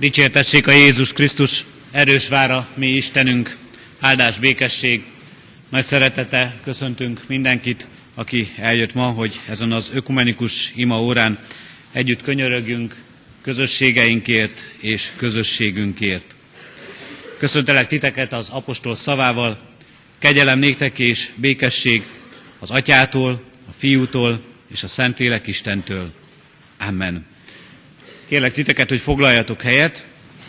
Dicsértessék a Jézus Krisztus, erős vára, mi Istenünk, áldás, békesség. Nagy szeretettel köszöntünk mindenkit, aki eljött ma, hogy ezen az ökumenikus ima órán együtt könyörögjünk közösségeinkért és közösségünkért. Köszöntelek titeket az apostol szavával, kegyelem néktek és békesség az Atyától, a Fiútól és a Szentlélek Istentől. Amen. Kérlek titeket, hogy foglaljatok helyet.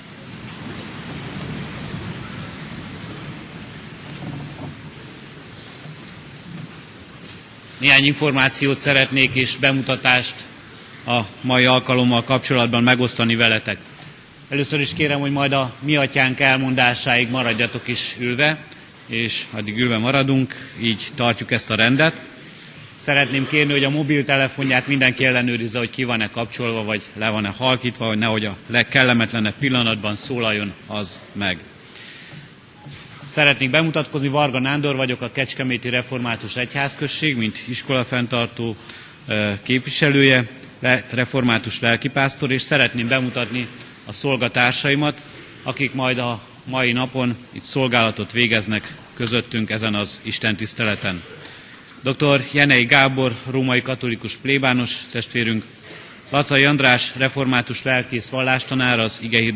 Néhány információt szeretnék és bemutatást a mai alkalommal kapcsolatban megosztani veletek. Először is kérem, hogy majd a Mi Atyánk elmondásáig maradjatok is ülve, és addig ülve maradunk, így tartjuk ezt a rendet. Szeretném kérni, hogy a mobiltelefonját mindenki ellenőrizze, hogy ki van-e kapcsolva, vagy le van-e halkítva, hogy nehogy a legkellemetlenebb pillanatban szólaljon az meg. Szeretnék bemutatkozni, Varga Nándor vagyok, a Kecskeméti Református Egyházközség, mint iskolafenntartó képviselője, református lelkipásztor, és szeretném bemutatni a szolgatársaimat, akik majd a mai napon itt szolgálatot végeznek közöttünk ezen az istentiszteleten. Dr. Jenei Gábor, római katolikus plébános testvérünk, Lacai András, református lelkész vallástanár, az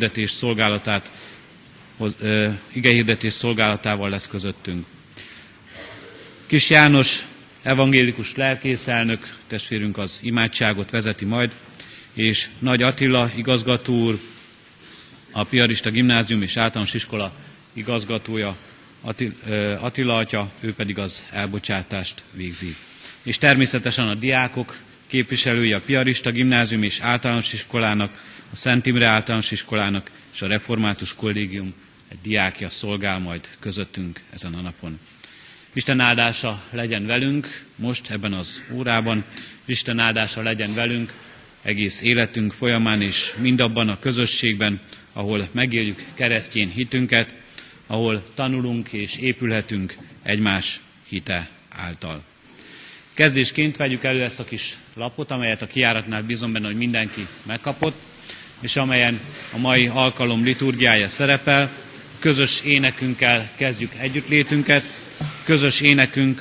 igehirdetés szolgálatával lesz közöttünk. Kis János, evangélikus lelkészelnök testvérünk az imádságot vezeti majd, és Nagy Attila igazgató úr, a Piarista Gimnázium és Általános Iskola igazgatója, Attila atya, ő pedig az elbocsátást végzi. És természetesen a diákok képviselői a Piarista Gimnázium és Általános Iskolának, a Szent Imre Általános Iskolának és a Református Kollégium egy diákja szolgál majd közöttünk ezen a napon. Isten áldása legyen velünk most ebben az órában, Isten áldása legyen velünk egész életünk folyamán és mindabban a közösségben, ahol megéljük keresztény hitünket, ahol tanulunk és épülhetünk egymás hite által. Kezdésként vegyük elő ezt a kis lapot, amelyet a kijáratnál bízom benne, hogy mindenki megkapott, és amelyen a mai alkalom liturgiája szerepel. Közös énekünkkel kezdjük együttlétünket. Közös énekünk,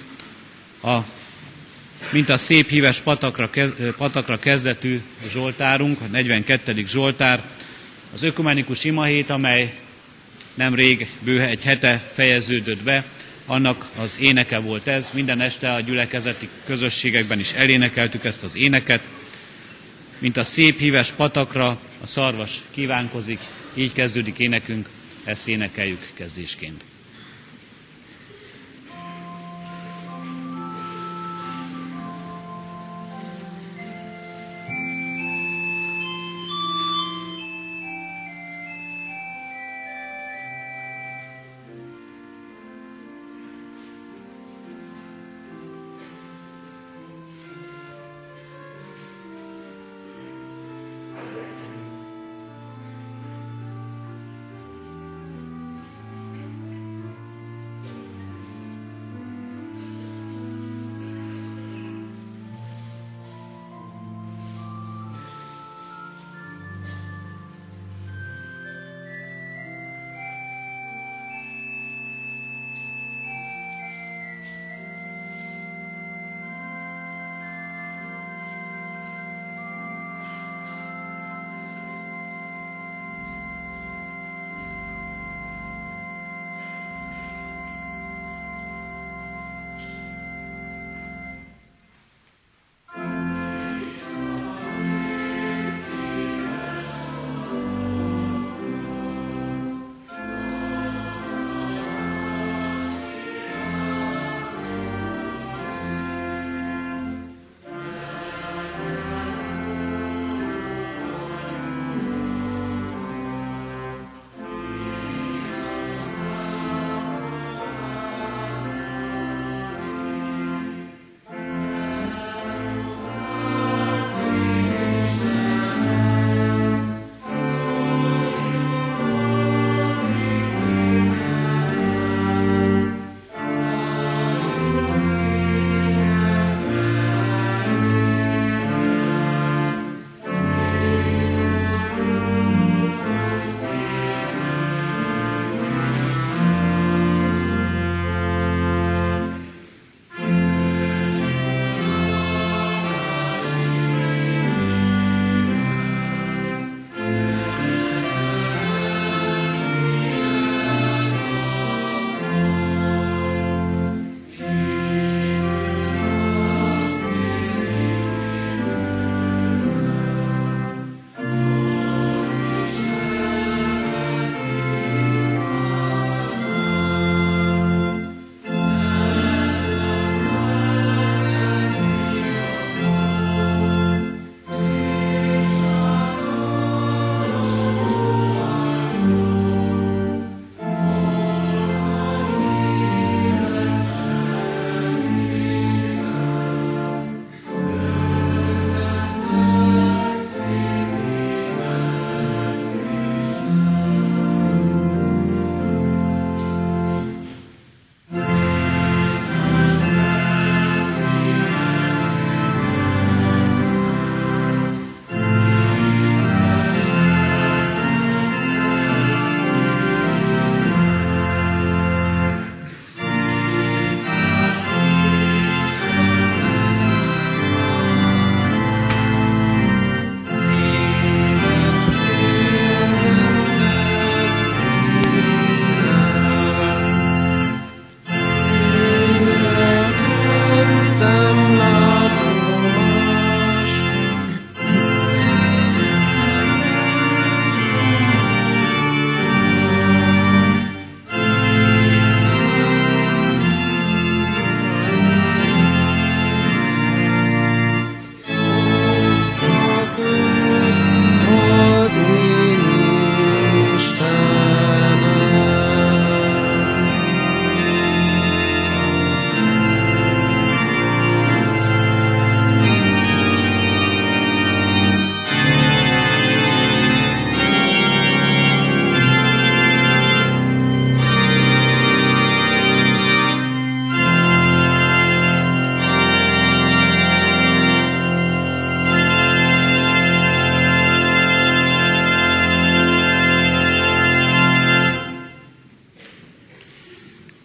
mint a szép híves patakra kezdetű zsoltárunk, a 42. zsoltár, az ökumenikus imahét, amely nemrég bő egy hete fejeződött be, annak az éneke volt ez. Minden este a gyülekezeti közösségekben is elénekeltük ezt az éneket. Mint a szép híves patakra a szarvas kívánkozik, így kezdődik énekünk, ezt énekeljük kezdésként.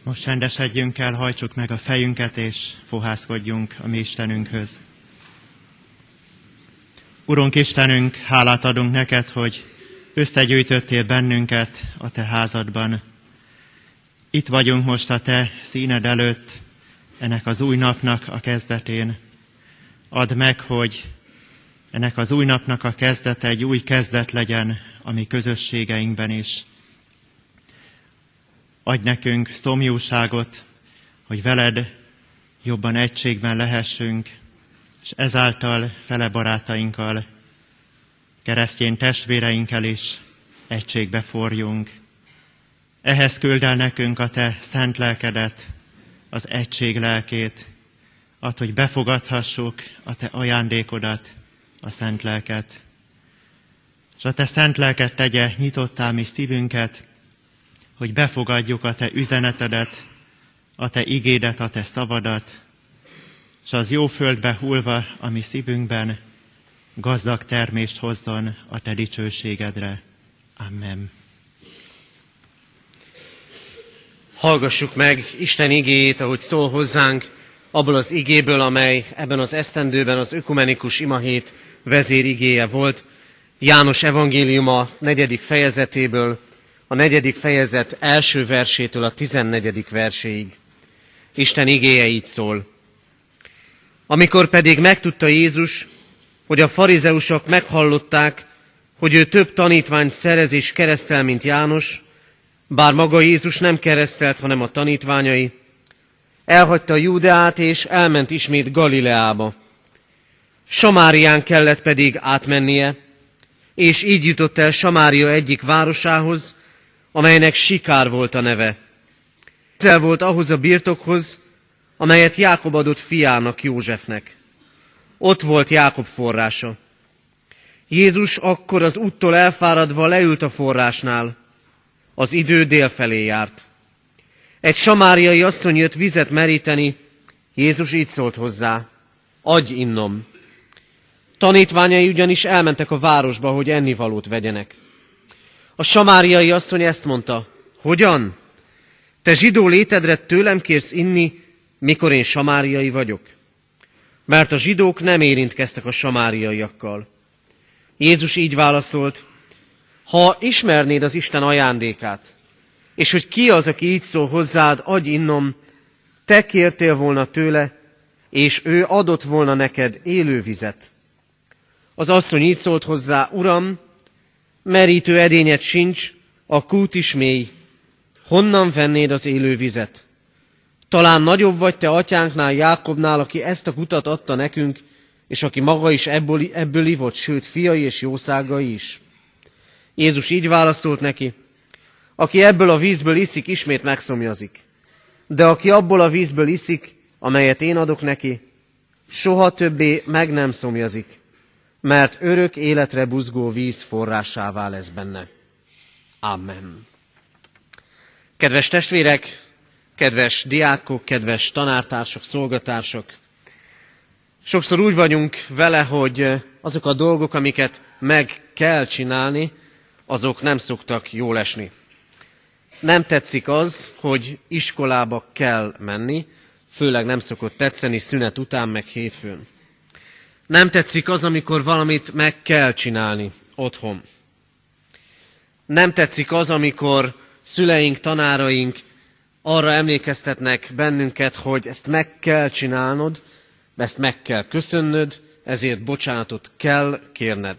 Most csendesedjünk el, hajtsuk meg a fejünket, és fohászkodjunk a mi Istenünkhöz. Urunk Istenünk, hálát adunk neked, hogy összegyűjtöttél bennünket a te házadban. Itt vagyunk most a te színed előtt, ennek az új napnak a kezdetén. Add meg, hogy ennek az új napnak a kezdete egy új kezdet legyen a mi közösségeinkben is. Adj nekünk szomjúságot, hogy veled jobban egységben lehessünk, és ezáltal fele barátainkkal, keresztény testvéreinkkel is egységbe forjunk. Ehhez küld el nekünk a te szent lelkedet, az egység lelkét, add, hogy befogadhassuk a te ajándékodat, a szent lelket. És a te szent lelket tegye nyitottá mi szívünket, hogy befogadjuk a te üzenetedet, a te igédet, a te szavadat, és az jó földbe hullva a mi szívünkben gazdag termést hozzon a te dicsőségedre. Amen. Hallgassuk meg Isten igéjét, ahogy szól hozzánk, abból az igéből, amely ebben az esztendőben az ökumenikus imahét vezérigéje volt. János evangéliuma 4. fejezetéből, a 4. fejezet első versétől a 14. verséig. Isten igéje így szól. Amikor pedig megtudta Jézus, hogy a farizeusok meghallották, hogy ő több tanítványt szerez és keresztel, mint János, bár maga Jézus nem keresztelt, hanem a tanítványai, elhagyta Júdeát és elment ismét Galileába. Samárián kellett pedig átmennie, és így jutott el Samária egyik városához, amelynek Sikár volt a neve. Közel volt ahhoz a birtokhoz, amelyet Jákob adott fiának, Józsefnek. Ott volt Jákob forrása. Jézus akkor az úttól elfáradva leült a forrásnál. Az idő délfelé járt. Egy samáriai asszony jött vizet meríteni, Jézus így szólt hozzá: adj innom. Tanítványai ugyanis elmentek a városba, hogy ennivalót vegyenek. A samáriai asszony ezt mondta: hogyan? Te zsidó létedre tőlem kérsz inni, mikor én samáriai vagyok? Mert a zsidók nem érintkeztek a samáriaiakkal. Jézus így válaszolt: ha ismernéd az Isten ajándékát, és hogy ki az, aki így szól hozzád, adj innom, te kértél volna tőle, és ő adott volna neked élő vizet. Az asszony így szólt hozzá: Uram, merítő edényed sincs, a kút is mély. Honnan vennéd az élő vizet? Talán nagyobb vagy te atyánknál, Jákobnál, aki ezt a kutat adta nekünk, és aki maga is ebből ivott, sőt, fiai és jószágai is. Jézus így válaszolt neki: aki ebből a vízből iszik, ismét megszomjazik. De aki abból a vízből iszik, amelyet én adok neki, soha többé meg nem szomjazik, mert örök életre buzgó víz forrásává lesz benne. Amen. Kedves testvérek, kedves diákok, kedves tanártársak, szolgatársak! Sokszor úgy vagyunk vele, hogy azok a dolgok, amiket meg kell csinálni, azok nem szoktak jól esni. Nem tetszik az, hogy iskolába kell menni, főleg nem szokott tetszeni szünet után, meg hétfőn. Nem tetszik az, amikor valamit meg kell csinálni otthon. Nem tetszik az, amikor szüleink, tanáraink arra emlékeztetnek bennünket, hogy ezt meg kell csinálnod, ezt meg kell köszönnöd, ezért bocsánatot kell kérned.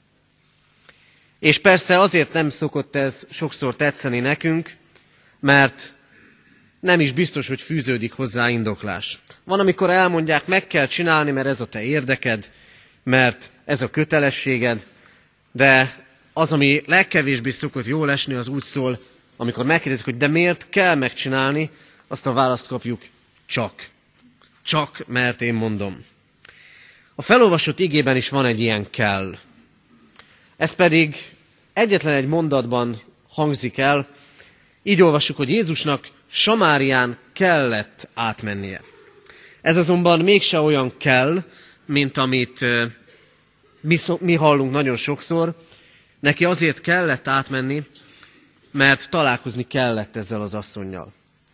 És persze azért nem szokott ez sokszor tetszeni nekünk, mert nem is biztos, hogy fűződik hozzá indoklás. Van, amikor elmondják, meg kell csinálni, mert ez a te érdeked, mert ez a kötelességed, de az, ami legkevésbé szokott jól esni, az úgy szól, amikor megkérdezik, hogy de miért kell megcsinálni, azt a választ kapjuk: csak. Csak, mert én mondom. A felolvasott igében is van egy ilyen kell. Ez pedig egyetlen egy mondatban hangzik el. Így olvassuk, hogy Jézusnak Samárián kellett átmennie. Ez azonban mégse olyan kell, mint amit mi hallunk nagyon sokszor. Neki azért kellett átmenni, mert találkozni kellett ezzel az asszonnyal.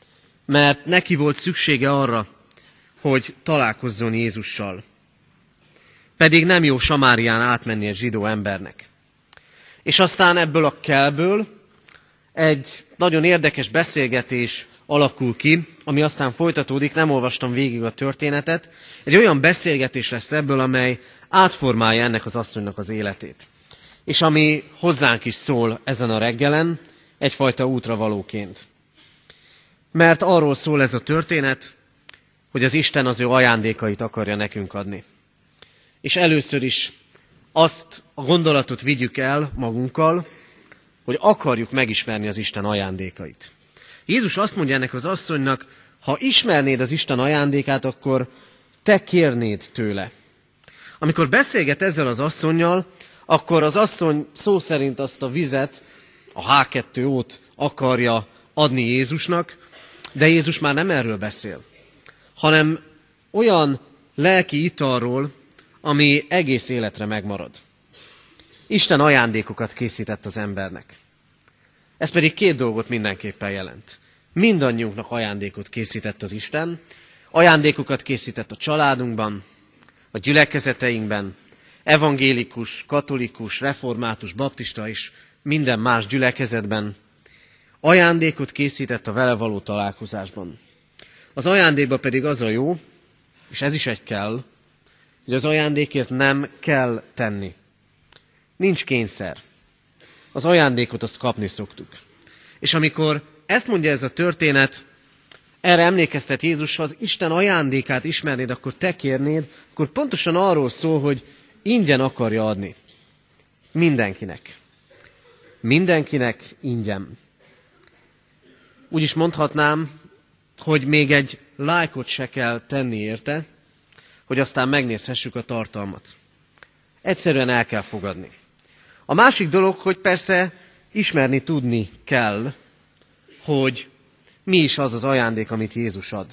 mert neki volt szüksége arra, hogy találkozzon Jézussal. Pedig nem jó Samárián átmenni egy zsidó embernek. És aztán ebből a kelből egy nagyon érdekes beszélgetés alakul ki, ami aztán folytatódik, nem olvastam végig a történetet. Egy olyan beszélgetés lesz ebből, amely átformálja ennek az asszonynak az életét. És ami hozzánk is szól ezen a reggelen, egyfajta útravalóként. Mert arról szól ez a történet, hogy az Isten az ő ajándékait akarja nekünk adni. És először is azt a gondolatot vigyük el magunkkal, hogy akarjuk megismerni az Isten ajándékait. Jézus azt mondja ennek az asszonynak, ha ismernéd az Isten ajándékát, akkor te kérnéd tőle. Amikor beszélget ezzel az asszonnyal, akkor az asszony szó szerint azt a vizet, a H2O-t akarja adni Jézusnak, de Jézus már nem erről beszél, hanem olyan lelki italról, ami egész életre megmarad. Isten ajándékokat készített az embernek. Ez pedig két dolgot mindenképpen jelent. Mindannyiunknak ajándékot készített az Isten, ajándékokat készített a családunkban, a gyülekezeteinkben, evangélikus, katolikus, református, baptista és minden más gyülekezetben. Ajándékot készített a vele való találkozásban. Az ajándékban pedig az a jó, és ez is egy kell, hogy az ajándékért nem kell tenni. Nincs kényszer. Az ajándékot azt kapni szoktuk. És amikor ezt mondja ez a történet, erre emlékeztet Jézus, ha az Isten ajándékát ismernéd, akkor te kérnéd, akkor pontosan arról szól, hogy ingyen akarja adni. Mindenkinek. Mindenkinek ingyen. Úgy is mondhatnám, hogy még egy lájkot se kell tenni érte, hogy aztán megnézhessük a tartalmat. Egyszerűen el kell fogadni. A másik dolog, hogy persze ismerni tudni kell, hogy mi is az az ajándék, amit Jézus ad.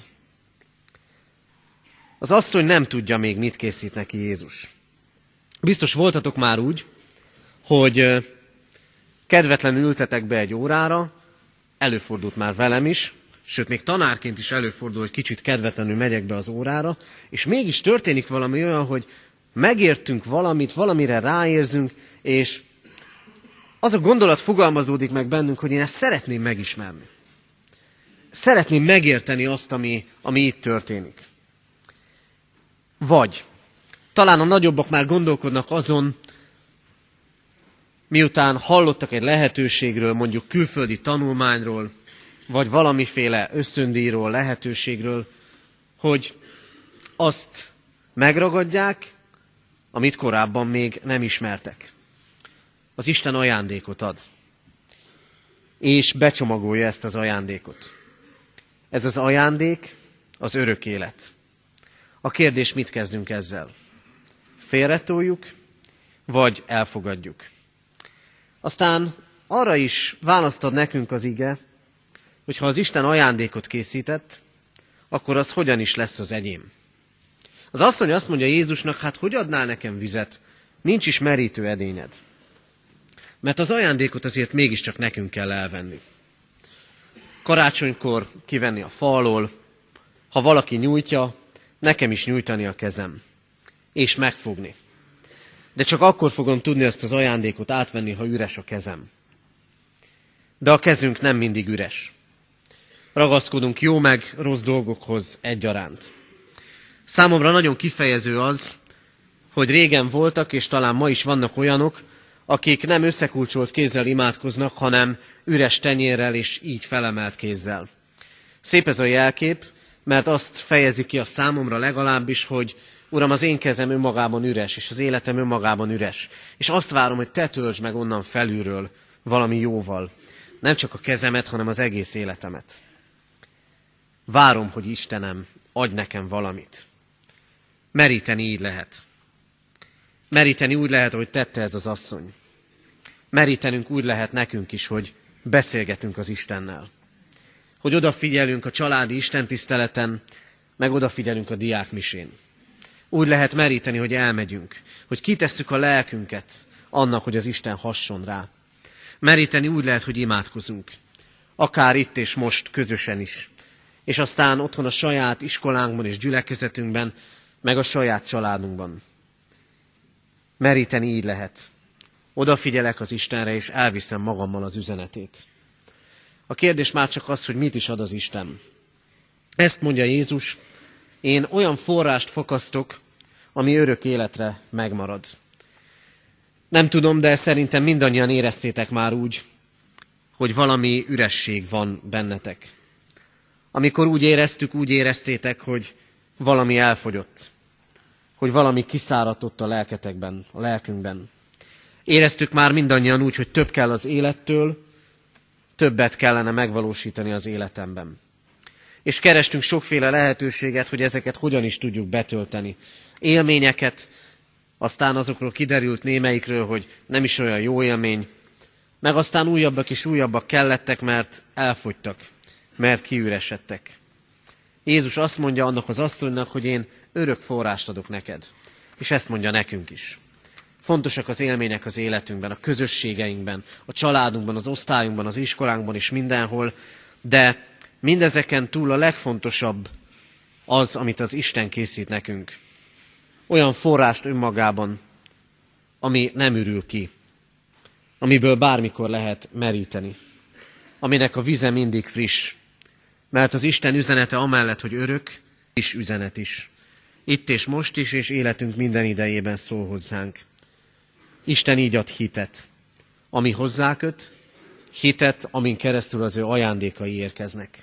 Az asszony nem tudja még, mit készít neki Jézus. Biztos voltatok már úgy, hogy kedvetlenül ültetek be egy órára, előfordult már velem is, sőt, még tanárként is előfordul, hogy kicsit kedvetlenül megyek be az órára, és mégis történik valami olyan, hogy megértünk valamit, valamire ráérzünk, és az a gondolat fogalmazódik meg bennünk, hogy én ezt szeretném megismerni. Szeretném megérteni azt, ami itt történik. Vagy talán a nagyobbak már gondolkodnak azon, miután hallottak egy lehetőségről, mondjuk külföldi tanulmányról, vagy valamiféle ösztöndíjról, lehetőségről, hogy azt megragadják, amit korábban még nem ismertek. Az Isten ajándékot ad, és becsomagolja ezt az ajándékot. Ez az ajándék az örök élet. A kérdés, mit kezdünk ezzel? Félretoljuk, vagy elfogadjuk? Aztán arra is választ ad nekünk az ige, hogy ha az Isten ajándékot készített, akkor az hogyan is lesz az enyém. Az asszony azt mondja Jézusnak, hát hogy adnál nekem vizet? Nincs is merítő edényed. Mert az ajándékot azért mégiscsak nekünk kell elvenni. Karácsonykor kivenni a fa alól, ha valaki nyújtja, nekem is nyújtani a kezem, és megfogni. De csak akkor fogom tudni ezt az ajándékot átvenni, ha üres a kezem. De a kezünk nem mindig üres. Ragaszkodunk jó meg rossz dolgokhoz egyaránt. Számomra nagyon kifejező az, hogy régen voltak, és talán ma is vannak olyanok, akik nem összekulcsolt kézzel imádkoznak, hanem üres tenyérrel és így felemelt kézzel. Szép ez a jelkép, mert azt fejezi ki a számomra legalábbis, hogy Uram, az én kezem önmagában üres, és az életem önmagában üres. És azt várom, hogy te töltsd meg onnan felülről valami jóval. Nem csak a kezemet, hanem az egész életemet. Várom, hogy Istenem, adj nekem valamit. Meríteni így lehet. Meríteni úgy lehet, hogy tette ez az asszony. Merítenünk úgy lehet nekünk is, hogy beszélgetünk az Istennel. Hogy odafigyelünk a családi istentiszteleten, meg odafigyelünk a diákmisén. Úgy lehet meríteni, hogy elmegyünk, hogy kitesszük a lelkünket annak, hogy az Isten hasson rá. Meríteni úgy lehet, hogy imádkozunk. Akár itt és most közösen is. és aztán otthon a saját iskolánkban és gyülekezetünkben, meg a saját családunkban. Meríteni így lehet. Odafigyelek az Istenre, és elviszem magammal az üzenetét. A kérdés már csak az, hogy mit is ad az Isten. Ezt mondja Jézus, én olyan forrást fakasztok, ami örök életre megmarad. Nem tudom, de szerintem mindannyian éreztétek már úgy, hogy valami üresség van bennetek. Amikor úgy éreztétek, hogy valami elfogyott, hogy valami kiszáradtott a lelketekben, a lelkünkben. Éreztük már mindannyian úgy, hogy több kell az élettől, többet kellene megvalósítani az életemben. És kerestünk sokféle lehetőséget, hogy ezeket hogyan is tudjuk betölteni. Élményeket, aztán azokról kiderült némelyikről, hogy nem is olyan jó élmény, meg aztán újabbak és újabbak kellettek, mert elfogytak, mert kiüresedtek. Jézus azt mondja annak az asszonynak, hogy én örök forrást adok neked. És ezt mondja nekünk is. Fontosak az élmények az életünkben, a közösségeinkben, a családunkban, az osztályunkban, az iskolánkban és mindenhol, de mindezeken túl a legfontosabb az, amit az Isten készít nekünk. Olyan forrást önmagában, ami nem ürül ki, amiből bármikor lehet meríteni, aminek a vize mindig friss, mert az Isten üzenete amellett, hogy örök, is üzenet is. Itt és most is, és életünk minden idejében szól hozzánk. Isten így ad hitet, ami hozzáköt, hitet, amin keresztül az ő ajándékai érkeznek.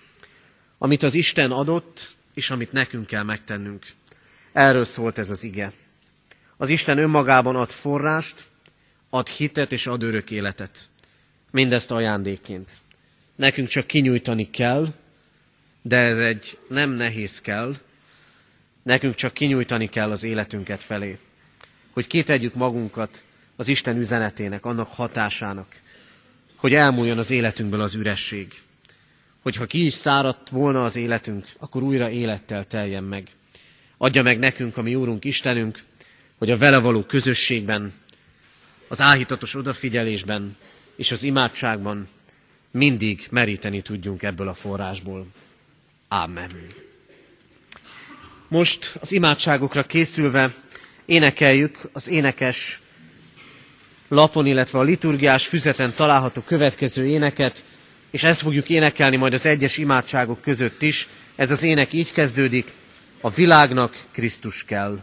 Amit az Isten adott, és amit nekünk kell megtennünk. Erről szólt ez az ige. Az Isten önmagában ad forrást, ad hitet és ad örök életet. Mindezt ajándékként. Nekünk csak kinyújtani kell, de ez egy nem nehéz kell. Nekünk csak kinyújtani kell az életünket felé. Hogy kitegyük magunkat az Isten üzenetének, annak hatásának, hogy elmúljon az életünkből az üresség. Hogyha ki is száradt volna az életünk, akkor újra élettel teljen meg. Adja meg nekünk a mi Úrunk Istenünk, hogy a vele való közösségben, az áhítatos odafigyelésben és az imádságban mindig meríteni tudjunk ebből a forrásból. Ámen. Most az imádságokra készülve énekeljük az énekes lapon, illetve a liturgiás füzeten található következő éneket, és ezt fogjuk énekelni majd az egyes imádságok között is. Ez az ének így kezdődik: a világnak Krisztus kell.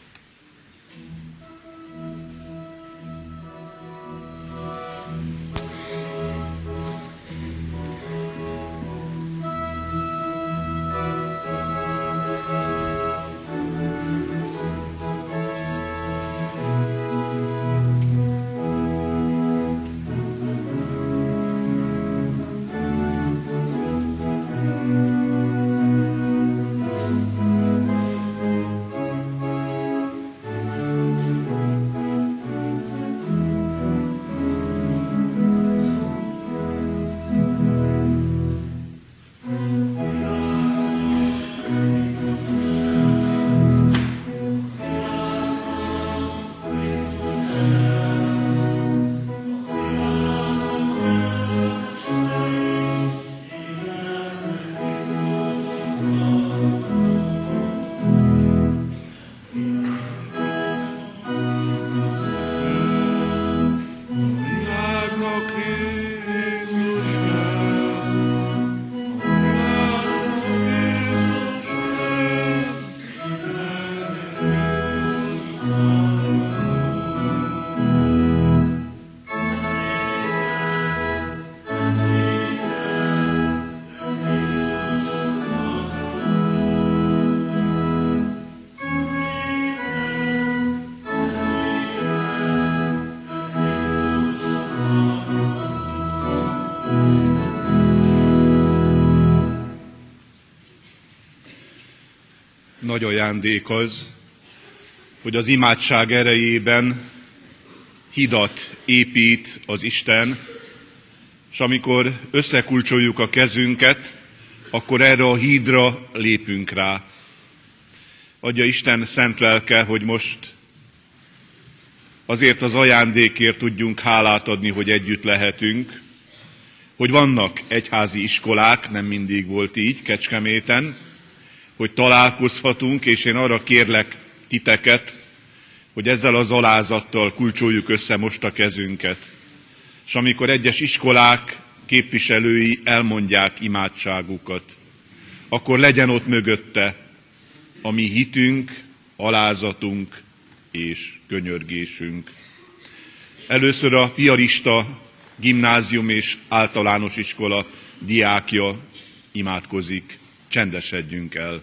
Nagy ajándék az, hogy az imádság erejében hidat épít az Isten, és amikor összekulcsoljuk a kezünket, akkor erre a hídra lépünk rá. Adja Isten szent lelke, hogy most azért az ajándékért tudjunk hálát adni, hogy együtt lehetünk, hogy vannak egyházi iskolák, nem mindig volt így Kecskeméten, hogy találkozhatunk, és én arra kérlek titeket, hogy ezzel az alázattal kulcsoljuk össze most a kezünket. És amikor egyes iskolák képviselői elmondják imádságukat, akkor legyen ott mögötte a mi hitünk, alázatunk és könyörgésünk. Először a piarista gimnázium és általános iskola diákja imádkozik. Csendesedjünk el.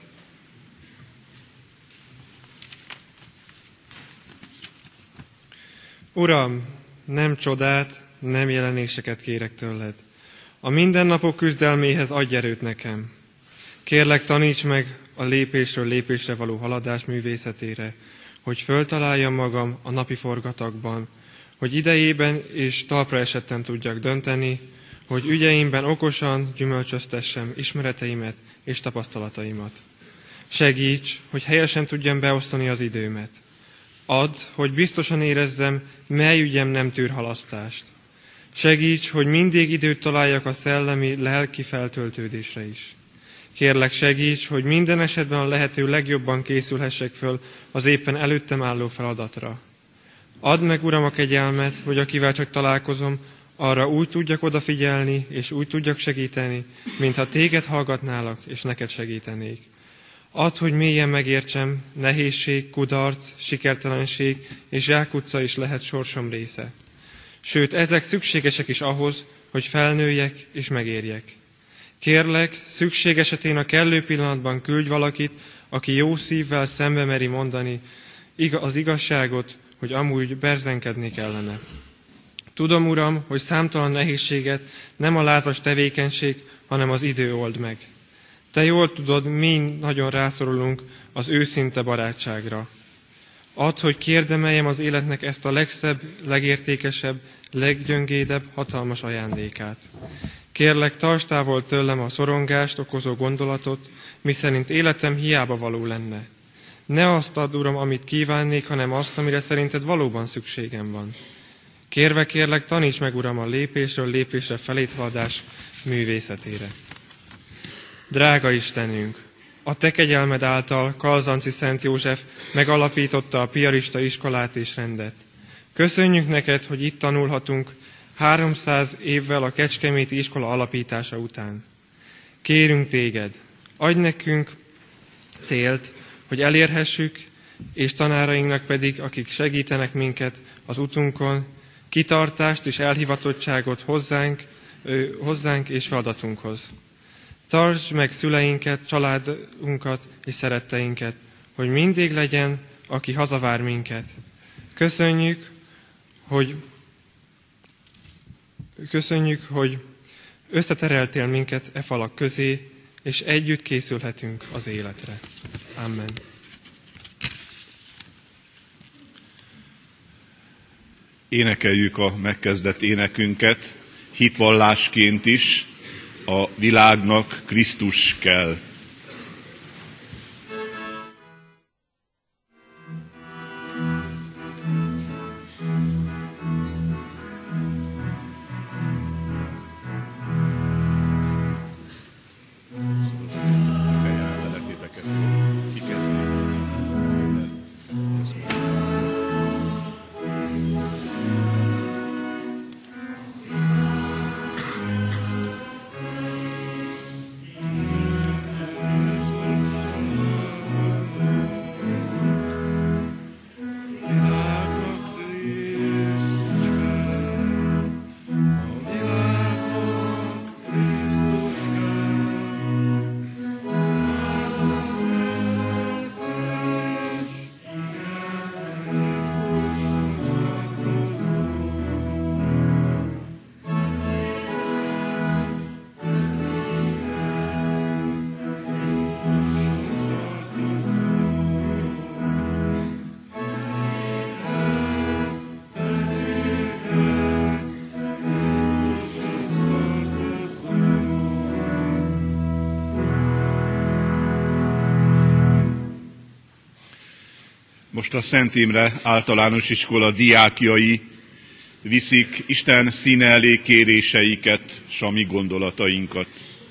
Uram, nem csodát, nem jelenéseket kérek tőled. A mindennapok küzdelméhez adj erőt nekem. Kérlek, taníts meg a lépésről lépésre való haladás művészetére, hogy föltaláljam magam a napi forgatagban, hogy idejében és talpra esetten tudjak dönteni, hogy ügyeimben okosan gyümölcsöztessem ismereteimet és tapasztalataimat. Segíts, hogy helyesen tudjam beosztani az időmet. Add, hogy biztosan érezzem, mely ügyem nem tűr halasztást. Segíts, hogy mindig időt találjak a szellemi, lelki feltöltődésre is. Kérlek, segíts, hogy minden esetben a lehető legjobban készülhessek föl az éppen előttem álló feladatra. Add meg, Uram, a kegyelmet, hogy akivel csak találkozom, arra úgy tudjak odafigyelni, és úgy tudjak segíteni, mintha téged hallgatnálak, és neked segítenék. Add, hogy mélyen megértsem, nehézség, kudarc, sikertelenség és zsákutca is lehet sorsom része. Sőt, ezek szükségesek is ahhoz, hogy felnőjek és megérjek. Kérlek, szükség esetén a kellő pillanatban küldj valakit, aki jó szívvel szembe meri mondani az igazságot, hogy amúgy berzenkednék ellene. Tudom, Uram, hogy számtalan nehézséget nem a lázas tevékenység, hanem az idő old meg. Te jól tudod, mi nagyon rászorulunk az őszinte barátságra. Add, hogy kérdemeljem az életnek ezt a legszebb, legértékesebb, leggyöngédebb, hatalmas ajándékát. Kérlek, tartsd távol tőlem a szorongást okozó gondolatot, miszerint életem hiába való lenne. Ne azt add, Uram, amit kívánnék, hanem azt, amire szerinted valóban szükségem van. Kérve kérlek, taníts meg, Uram, a lépésről lépésre felét haladás művészetére. Drága Istenünk, a Te kegyelmed által Kalzanci Szent József megalapította a piarista iskolát és rendet. Köszönjük neked, hogy itt tanulhatunk 300 évvel a kecskeméti iskola alapítása után. Kérünk téged, adj nekünk célt, hogy elérhessük, és tanárainknak pedig, akik segítenek minket az utunkon, kitartást és elhivatottságot hozzánk és feladatunkhoz. Tartsd meg szüleinket, családunkat és szeretteinket, hogy mindig legyen, aki hazavár minket. Köszönjük, hogy összetereltél minket e falak közé, és együtt készülhetünk az életre. Amen. Énekeljük a megkezdett énekünket, hitvallásként is, a világnak Krisztus kell. Most a Szent Imre általános iskola diákjai viszik Isten színe elé kéréseiket, s a mi gondolatainkat.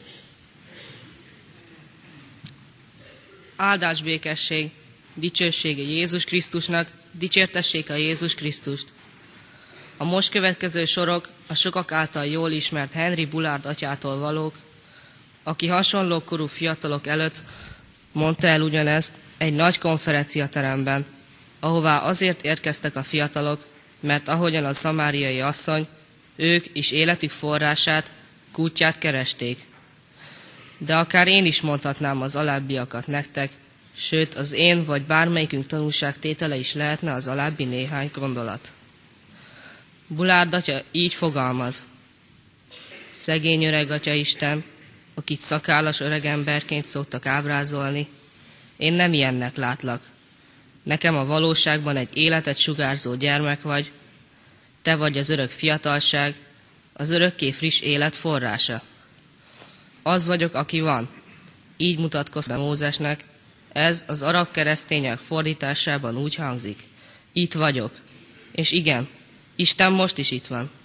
Áldás, békesség, dicsősége Jézus Krisztusnak, dicsértessék a Jézus Krisztust. A most következő sorok a sokak által jól ismert Henry Bullard atyától valók, aki hasonló korú fiatalok előtt mondta el ugyanezt egy nagy konferenciateremben, ahová azért érkeztek a fiatalok, mert ahogyan a szamáriai asszony, ők is életük forrását, kútját keresték. De akár én is mondhatnám az alábbiakat nektek, sőt az én vagy bármelyikünk tanúságtétele is lehetne az alábbi néhány gondolat. Bullard atya így fogalmaz: szegény öreg atyaisten, akit szakállas öregemberként szoktak ábrázolni, én nem ilyennek látlak. Nekem a valóságban egy életet sugárzó gyermek vagy, te vagy az örök fiatalság, az örökké friss élet forrása. Az vagyok, aki van. Így mutatkoz be Mózesnek, ez az arab keresztények fordításában úgy hangzik: itt vagyok. És igen, Isten most is itt van.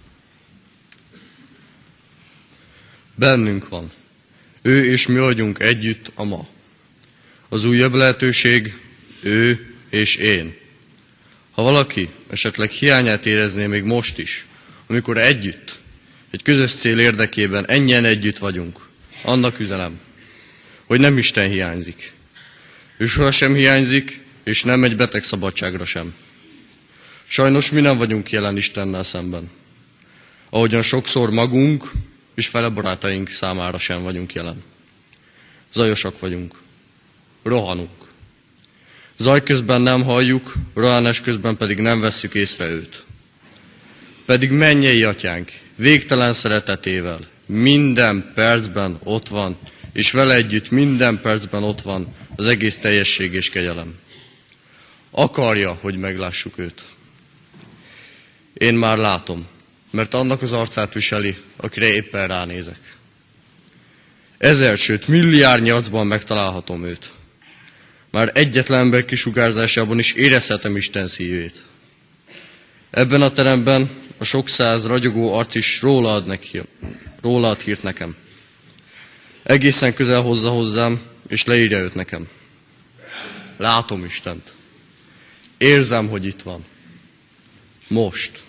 Bennünk van. Ő és mi vagyunk együtt a ma. Az újabb lehetőség ő és én. Ha valaki esetleg hiányát érezné még most is, amikor együtt, egy közös cél érdekében ennyien együtt vagyunk, annak üzenem, hogy nem Isten hiányzik. Ő sohasem hiányzik, és nem egy beteg szabadságra sem. Sajnos mi nem vagyunk jelen Istennel szemben. Ahogyan sokszor magunk és fele barátaink számára sem vagyunk jelen. Zajosak vagyunk. Rohanunk. Zaj közben nem halljuk, rohanás közben pedig nem vesszük észre őt. Pedig mennyei atyánk végtelen szeretetével minden percben ott van, és vele együtt minden percben ott van az egész teljesség és kegyelem. Akarja, hogy meglássuk őt. Én már látom, mert annak az arcát viseli, akire éppen ránézek. 1000, sőt milliárd arcban megtalálhatom őt. Már egyetlen ember kisugárzásában is érezhetem Isten szívét. Ebben a teremben a sok száz ragyogó arc is róla ad hírt nekem. Egészen közel hozza hozzám, és leírja őt nekem. Látom Istent. Érzem, hogy itt van. Most.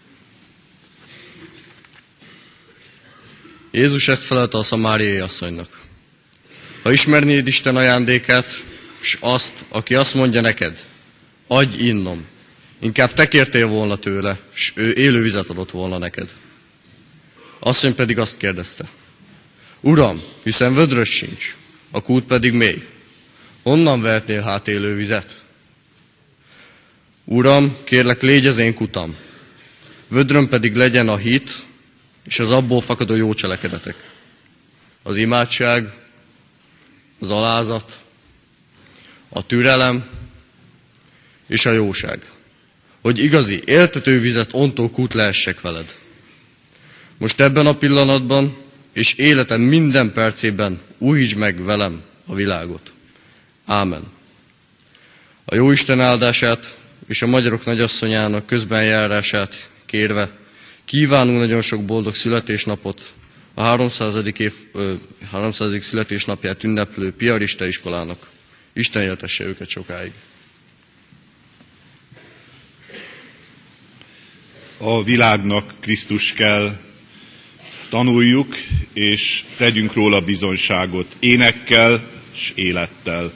Jézus ezt felelte a szamáriai asszonynak. Ha ismernéd Isten ajándékát, és azt, aki azt mondja neked, adj innom, inkább te kértél volna tőle, és ő élő vizet adott volna neked. Asszony pedig azt kérdezte, Uram, hiszen vödrös sincs, a kút pedig mély. Honnan vehetnél hát élő vizet? Uram, kérlek, légy az én kutam, vödröm pedig legyen a hit, és az abból fakadó jó cselekedetek. Az imádság, az alázat, a türelem és a jóság. Hogy igazi, éltető vizet ontó kút lehessek veled. Most ebben a pillanatban és életem minden percében újítsd meg velem a világot. Ámen. A Jóisten áldását és a magyarok nagyasszonyának közbenjárását kérve kívánunk nagyon sok boldog születésnapot a 300. születésnapját ünneplő piarista iskolának. Isten éltesse őket sokáig. A világnak Krisztus kell, tanuljuk, és tegyünk róla bizonyságot énekkel és élettel.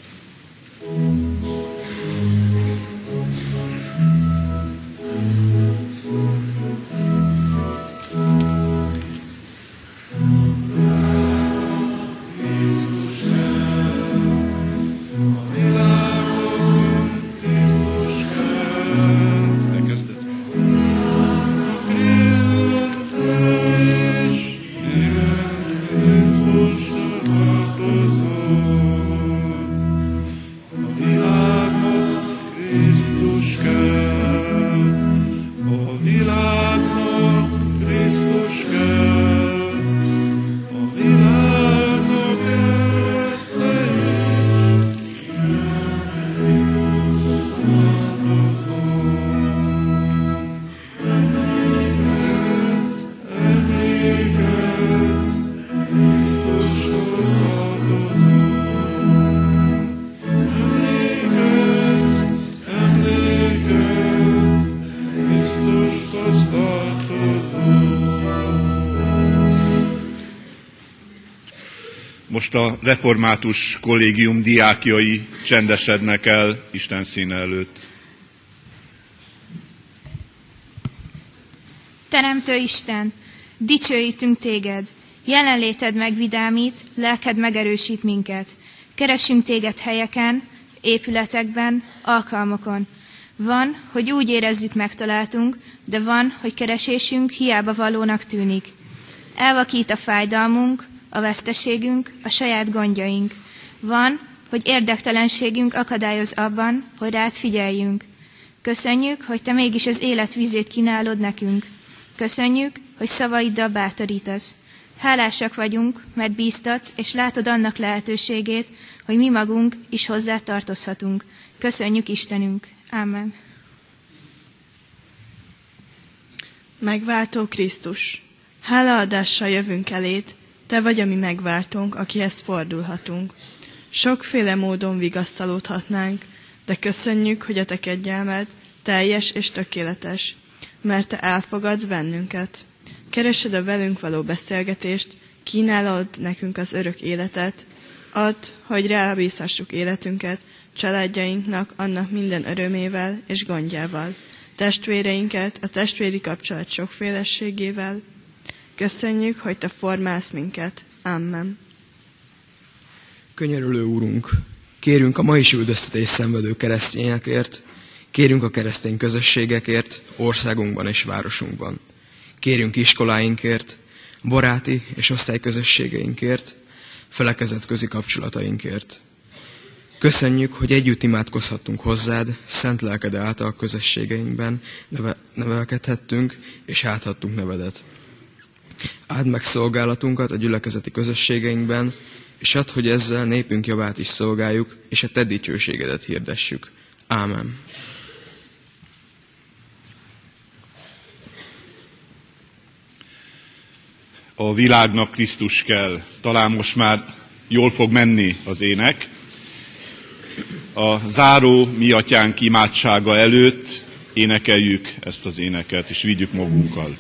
Most a református kollégium diákjai csendesednek el Isten színe előtt. Teremtő Isten, dicsőítünk téged, jelenléted megvidámít, lelked megerősít minket. Keresünk téged helyeken, épületekben, alkalmakon. Van, hogy úgy érezzük, megtaláltunk, de van, hogy keresésünk hiába valónak tűnik. Elvakít a fájdalmunk, a veszteségünk, a saját gondjaink. Van, hogy érdektelenségünk akadályoz abban, hogy rád figyeljünk. Köszönjük, hogy te mégis az élet vízét kínálod nekünk. Köszönjük, hogy szavaiddal bátorítasz. Hálásak vagyunk, mert bíztatsz, és látod annak lehetőségét, hogy mi magunk is hozzá tartozhatunk. Köszönjük, Istenünk. Ámen. Megváltó Krisztus, hálaadással jövünk eléd, te vagy a mi megváltónk, akihez fordulhatunk. Sokféle módon vigasztalódhatnánk, de köszönjük, hogy a te kegyelmed teljes és tökéletes, mert te elfogadsz bennünket. Keresed a velünk való beszélgetést, kínálod nekünk az örök életet, add, hogy rábízhassuk életünket családjainknak, annak minden örömével és gondjával, testvéreinket a testvéri kapcsolat sokféleségével. Köszönjük, hogy te formálsz minket. Amen. Könyörülő Úrunk, kérünk a ma is üldöztetést szenvedő keresztényekért, kérünk a keresztény közösségekért, országunkban és városunkban. Kérünk iskoláinkért, baráti és osztályközösségeinkért, felekezetközi kapcsolatainkért. Köszönjük, hogy együtt imádkozhattunk hozzád, szent lelked által közösségeinkben nevelkedhettünk és áthattunk nevedet. Áld meg szolgálatunkat a gyülekezeti közösségeinkben, és add, hogy ezzel népünk javát is szolgáljuk, és a te dicsőségedet hirdessük. Ámen. A világnak Krisztus kell. Talán most már jól fog menni az ének. A záró Mi Atyánk imádsága előtt énekeljük ezt az éneket, és vigyük magunkkal.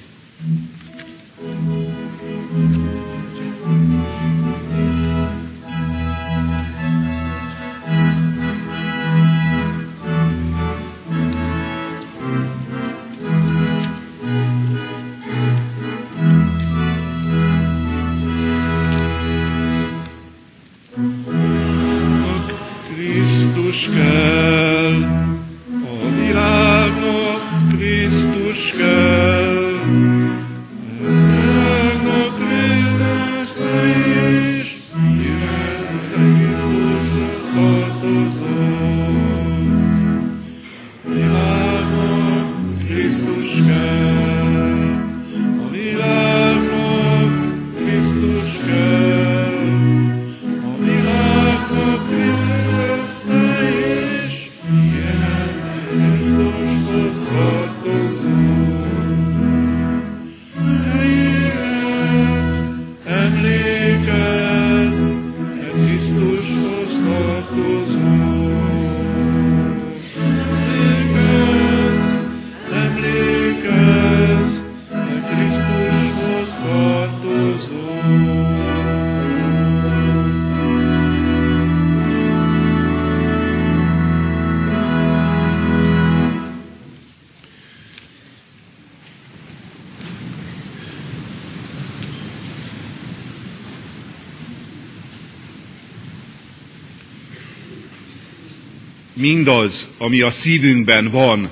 Krisztus kell, a világnak Krisztus kell, a világnak Krisztus is, jelenleg Krisztushoz tartozom. A világnak Krisztus kell, a világnak Krisztus kell, a világnak Krisztus is, jelenleg Krisztushoz tartozom. Emlékezz, mert Krisztushoz tartozom. Emlékezz, mert Krisztushoz tartozom. Mindaz, ami a szívünkben van,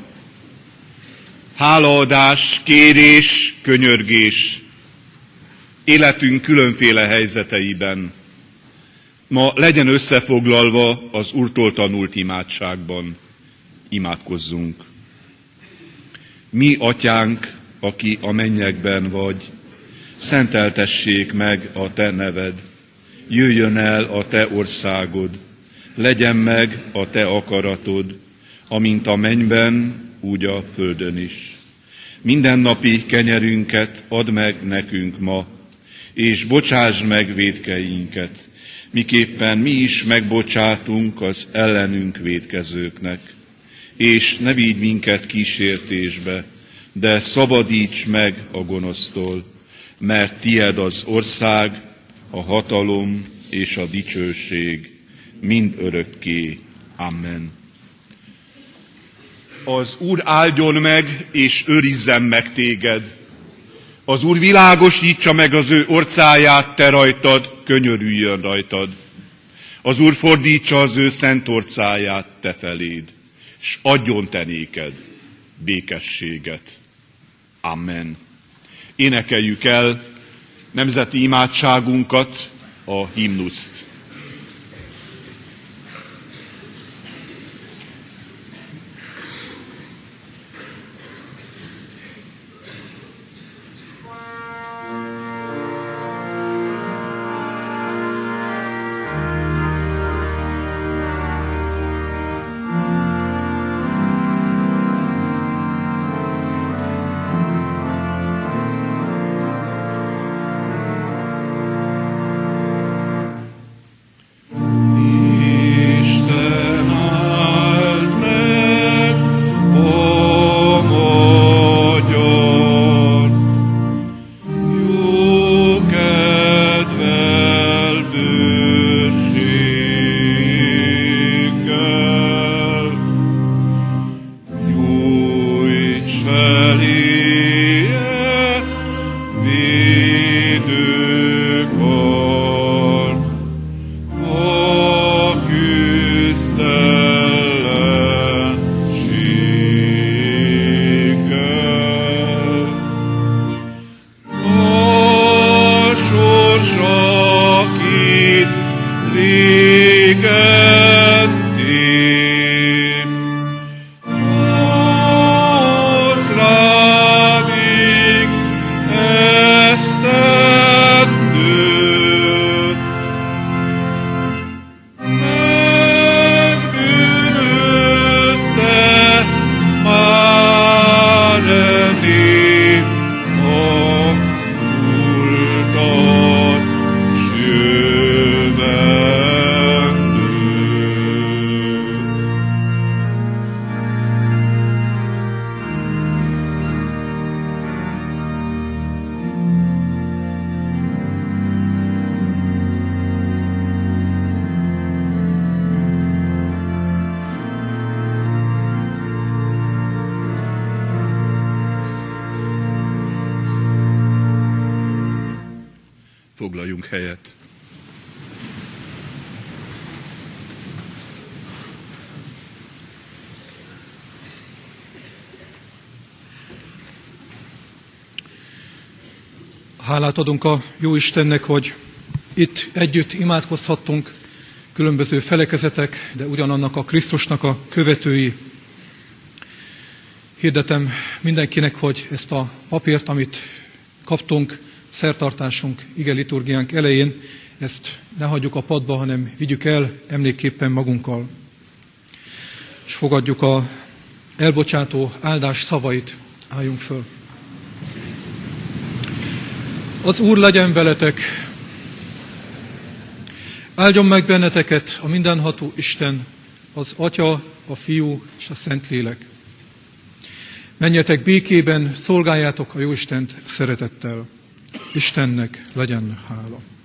hálaadás, kérés, könyörgés, életünk különféle helyzeteiben, ma legyen összefoglalva az Úrtól tanult imádságban. Imádkozzunk. Mi Atyánk, aki a mennyekben vagy, szenteltessék meg a te neved, jöjjön el a te országod, legyen meg a te akaratod, amint a mennyben, úgy a földön is. Mindennapi kenyerünket add meg nekünk ma, és bocsásd meg vétkeinket, miképpen mi is megbocsátunk az ellenünk vétkezőknek. És ne vigy minket kísértésbe, de szabadíts meg a gonosztól, mert tied az ország, a hatalom és a dicsőség mind örökké. Amen. Az Úr áldjon meg, és őrizzen meg téged. Az Úr világosítsa meg az ő orcáját te rajtad, könyörüljön rajtad. Az Úr fordítsa az ő szent orcáját te feléd, s adjon te néked békességet. Amen. Énekeljük el nemzeti imádságunkat, a himnuszt. Foglaljunk helyet. Hálát adunk a Jóistennek, hogy itt együtt imádkozhattunk, különböző felekezetek, de ugyanannak a Krisztusnak a követői. Hirdetem mindenkinek, hogy ezt a papírt, amit kaptunk, szertartásunk, igeliturgiánk elején, ezt ne hagyjuk a padba, hanem vigyük el emlékképpen magunkkal. És fogadjuk a elbocsátó áldás szavait, álljunk föl. Az Úr legyen veletek, áldjon meg benneteket a mindenható Isten, az Atya, a Fiú és a Szentlélek. Menjetek békében, szolgáljátok a Jóistent szeretettel. Istennek legyen hála.